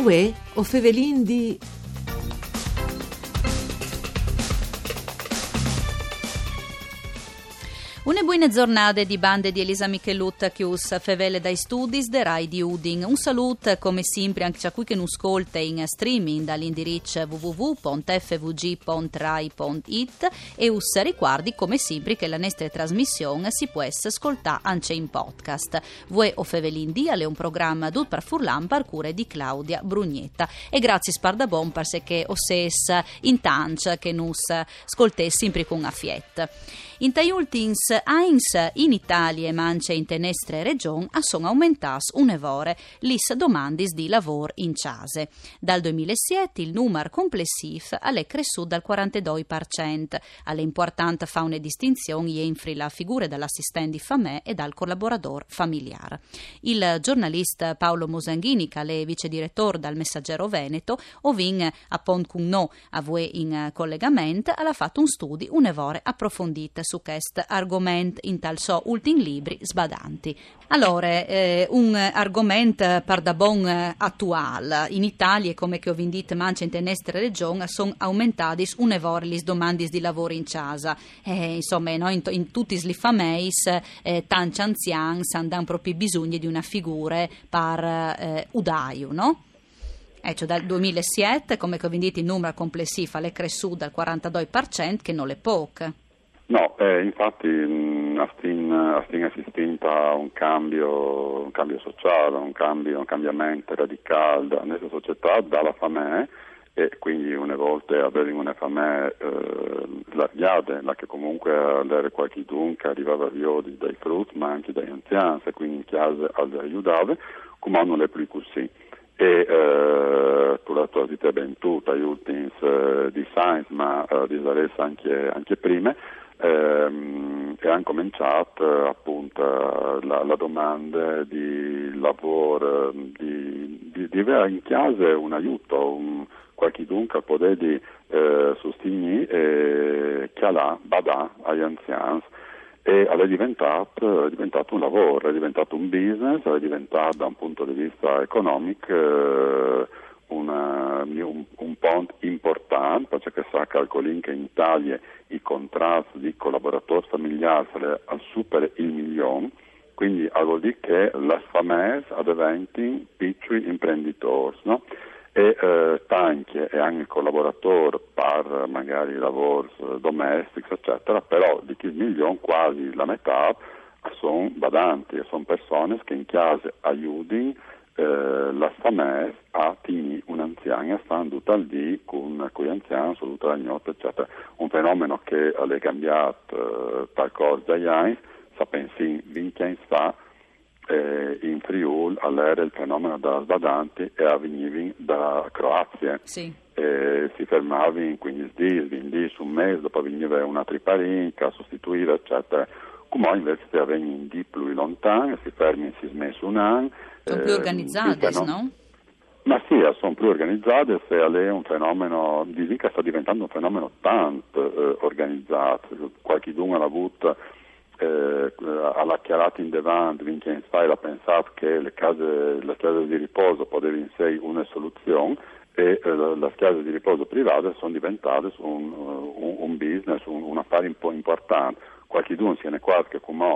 Uè, o fevelin di... Une buone giornate di bande di Elisa Michelut chius fevele dai studi de Rai di Udin. Un saluto come sempre anche a cui che non ascolta in streaming dall'indirizzo www.fvg.rai.it e us ricordi come sempre che la nostra trasmissione si può ascoltare anche in podcast. Vue o fevelin di è un programma tutto per furlan per cure di Claudia Brugnetta e grazie Spardabon per se che osses in tanch che nus ascoltè sempre con affiet. In taiultins eins in Italia e mance in tenestre region sono aumentas un'evore lis domandis di lavoro in case. Dal 2007 il numero complessivo è cresciuto dal 42%. Alle importante fa una distinzione entri la figura dell'assistente di famiglia e dal collaboratore familiare. Il giornalista Paolo Mosanghini, che è vice direttore dal Messaggero Veneto, ovin a Pont Cugno a voi in collegamento, ha fatto un studio un'evore approfondita su questo argomento in tal so ultimi libri sbadanti. Allora, un argomento per da bon attuale. In Italia, come che ho vendito manca in tenestre regione, sono aumentati un'evore le domande di lavoro in casa. Insomma, no, in tutti gli fameis, tanti anziani hanno proprio bisogno di una figura per udaio, no? Cioè dal 2007, come che ho vendito il numero complessivo è cresciuto dal 42%, che non è poco. No, infatti stiamo assistendo a un cambio sociale, un cambiamento radicale della nostra società, dalla famiglia, e quindi una volta avere una famiglia largata, la che comunque era qualcuno che arrivava via dai frutti, ma anche dagli anziani, e quindi in chiesa li aiutava, come non è più così. E tu l'hai detto ben tu, gli ultimi design, ma di adesso anche prima, e hanno cominciato appunto la domanda di lavoro, di avere in casa un aiuto, qualcuno che poteva sostenere che là badà agli anziani, e è diventato un lavoro, è diventato un business, è diventato da un punto di vista economico un punto importante, perché sa calcolare che in Italia i contratti di collaboratori familiari superano il milione, quindi vuol dire che le famiglie diventano piccoli imprenditori, no? E tanti e anche collaboratori per magari lavori domestici, eccetera, però di quel milione quasi la metà sono badanti, sono persone che in casa aiutano la famiglia a tenere un anziano stando tutto il giorno con gli anziani, tutta la notte, eccetera. Un fenomeno che è cambiato tal corso dagli anni, sapete, 20 anni fa in Friuli all'era il fenomeno della sbadanti e veniva da Croazia. Sì. Si fermava in 15 giorni, 20 giorni, un mese, dopo veniva una triparinca a sostituire, eccetera. Come invece si avviene di più lontano, si ferma in 6 mesi, un anno. Sono più organizzate, no? Ma sì, sono più organizzate, se è un fenomeno, che sta diventando un fenomeno tanto organizzato. Qualcuno ha avuto alla chiarata in davanti, vince in style, ha pensato che le case di riposo potevano essere una soluzione, e le case di riposo private sono diventate un business, un affare un po' importante. Qualcuno se ne qua che come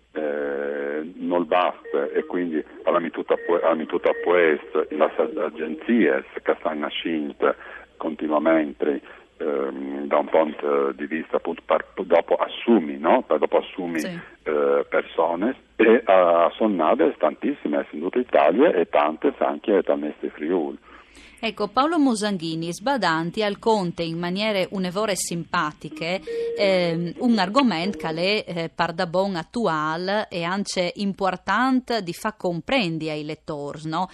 non basta, e quindi alla mituta questo le agenzie che stanno nascendo continuamente da un punto di vista appunto dopo assumi, no? Dopo assumi sì. Persone, e sono nate tantissime in tutta Italia e tante anche dal nostro Friuli. Ecco, Paolo Mosanghini, sbadanti al conte in maniere un'evore simpatiche un argomento che è par da bon attuale e anche importante di far comprendere ai lettori, no?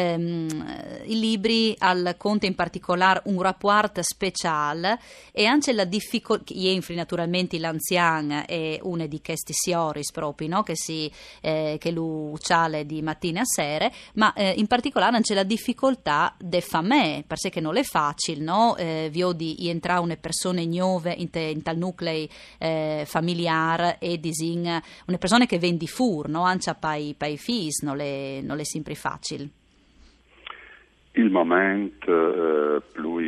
I libri al conte in particolare un rapporto speciale e anche la difficoltà, infri naturalmente l'anziano è una di questi sioris proprio, no? Che lu ciale di mattina a sera, ma in particolare anche la difficoltà de famè, perché non è facile, no? Vio di entrare una persona nuove in tal nucleo familiare e disin una persona che vendi fur, no? Anche pai fis non è sempre facile. il momento più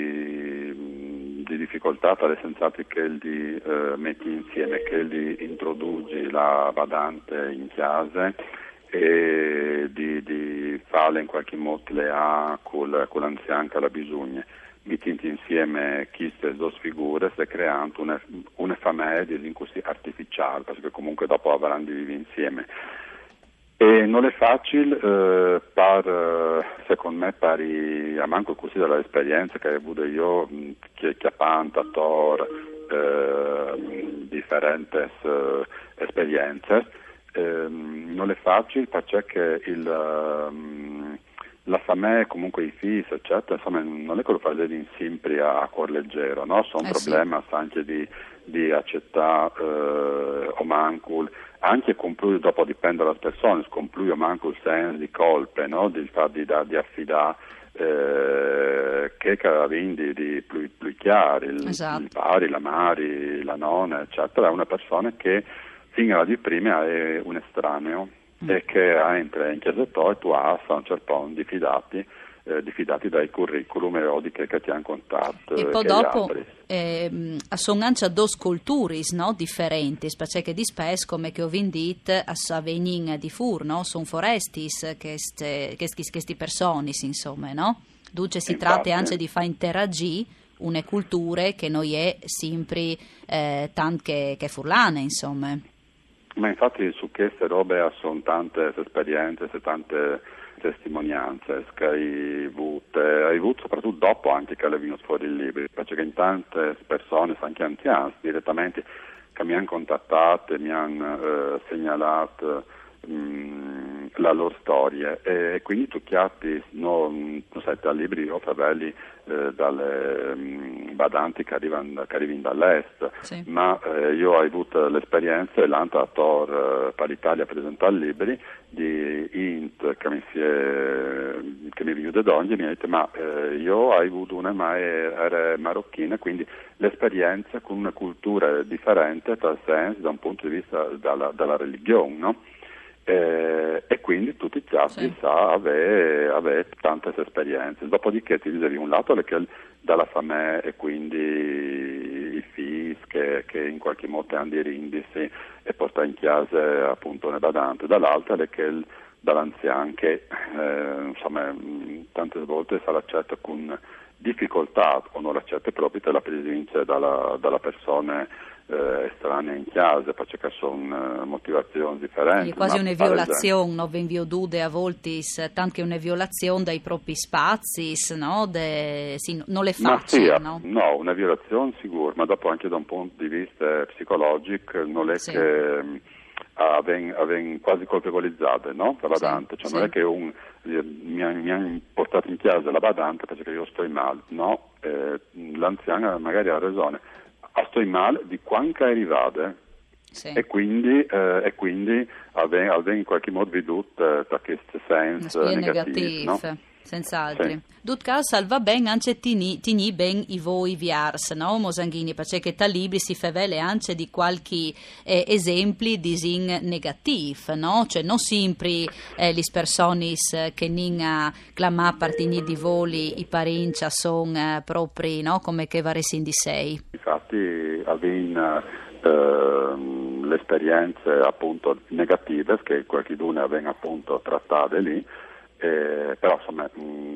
di difficoltà per senz'altro che li metti insieme, che li introduci la badante in chiesa e di fare in qualche modo le ha con l'anziano che la bisogna. Metti insieme queste due figure e creando una famiglia così artificiale, perché comunque dopo avranno di vivere insieme. E non è facile, secondo me, a manco così dall'esperienza che ho avuto io, che appantato differenti esperienze, non è facile perché la famiglia, comunque i figli, eccetera, insomma, non è che lo fate sempre a cuor leggero, no? Sono problemi anche di accettare o manco, anche con più, dopo dipende dalle persone, con più o manco il senso di colpe, no? Di affidare che avendo di più chiari, il pari, la mari, la nonna, eccetera, è una persona che fino di prima è un estraneo e che entra in chiesa e tu hai a un certo punto diffidati dai curriculum o di che ti hanno contatto. E poi dopo sono anche due culture, no, differenti, perché di spesso, come che ho detto, a venire di fur, no? Sono forestis queste persone, insomma, no? Dunque si tratta anche di far interagire una cultura che noi è sempre tanto che furlane, insomma. Ma infatti su queste robe sono tante esperienze, tante testimonianze che hai avuto soprattutto dopo anche che è venuto fuori il libro, perché in tante persone, anche anziane direttamente, che mi hanno contattato, mi hanno segnalato la loro storia e quindi tu chiappi non sai dal libri o favelli dalle badanti che arrivano dall'est, sì. Ma io ho avuto l'esperienza e l'hanno dato per l'Italia a presentare libri di Int che mi è venuto da oggi e mi ha detto ma io ho avuto una ma era marocchina, quindi l'esperienza con una cultura differente dal senso da un punto di vista dalla religione, no? E quindi tutti i capi avere tante esperienze. Dopodiché ti dicevi un lato che dalla famiglia e quindi i figli che in qualche modo hanno di rindici e portare in chiesa appunto ne badante, dall'altra che dall'anziano che insomma tante volte se l'accetta con difficoltà o non l'accetta proprio te la presenza dalla persona estranea in chiesa, perché sono motivazioni differenti. È quasi una violazione, no? Vengo dude a volte, tanto che una violazione dai propri spazi, no? Non le faccio, sì, no? No, una violazione sicuro, ma dopo anche da un punto di vista psicologico non è che avven quasi colpevolizzate, no? Per la badante, cioè non è che mi hanno portato in chiesa la badante perché io sto male, no? L'anziana magari ha ragione. Sto male di quanto è arrivata e quindi aveva in qualche modo veduto da questo senso negativo, no? Senz'altro. Sì. Dutca salva ben anche tini ben i voi viars, no, Mosanghini, perché tal libri si favele anche di qualche esempi di sin negativ, no? Cioè non sempre le persone che ninga clamà partigni di voli i parincia sono propri, no, come che varesin di sei. Infatti aveva le esperienze appunto negative che qualcuno aveva appunto trattate lì. Però insomma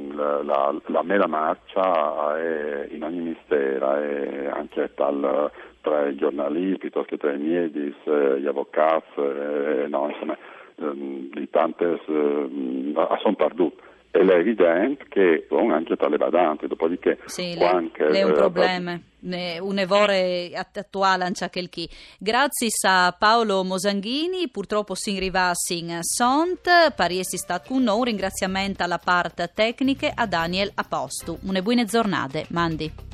la mela marcia è in ogni mistero e anche tra i giornalisti piuttosto che tra i medici, gli avvocati, no, insomma di tante sono perdute. E è evidente che anche tra le badanti, dopodiché è un problema. Un evore attuale anche il chi. Grazie a Paolo Mosanghini, purtroppo si arrivassi in sont, pariesi stato con noi, un ringraziamento alla parte tecnica a Daniel Apostu. Una buona giornata, Mandi.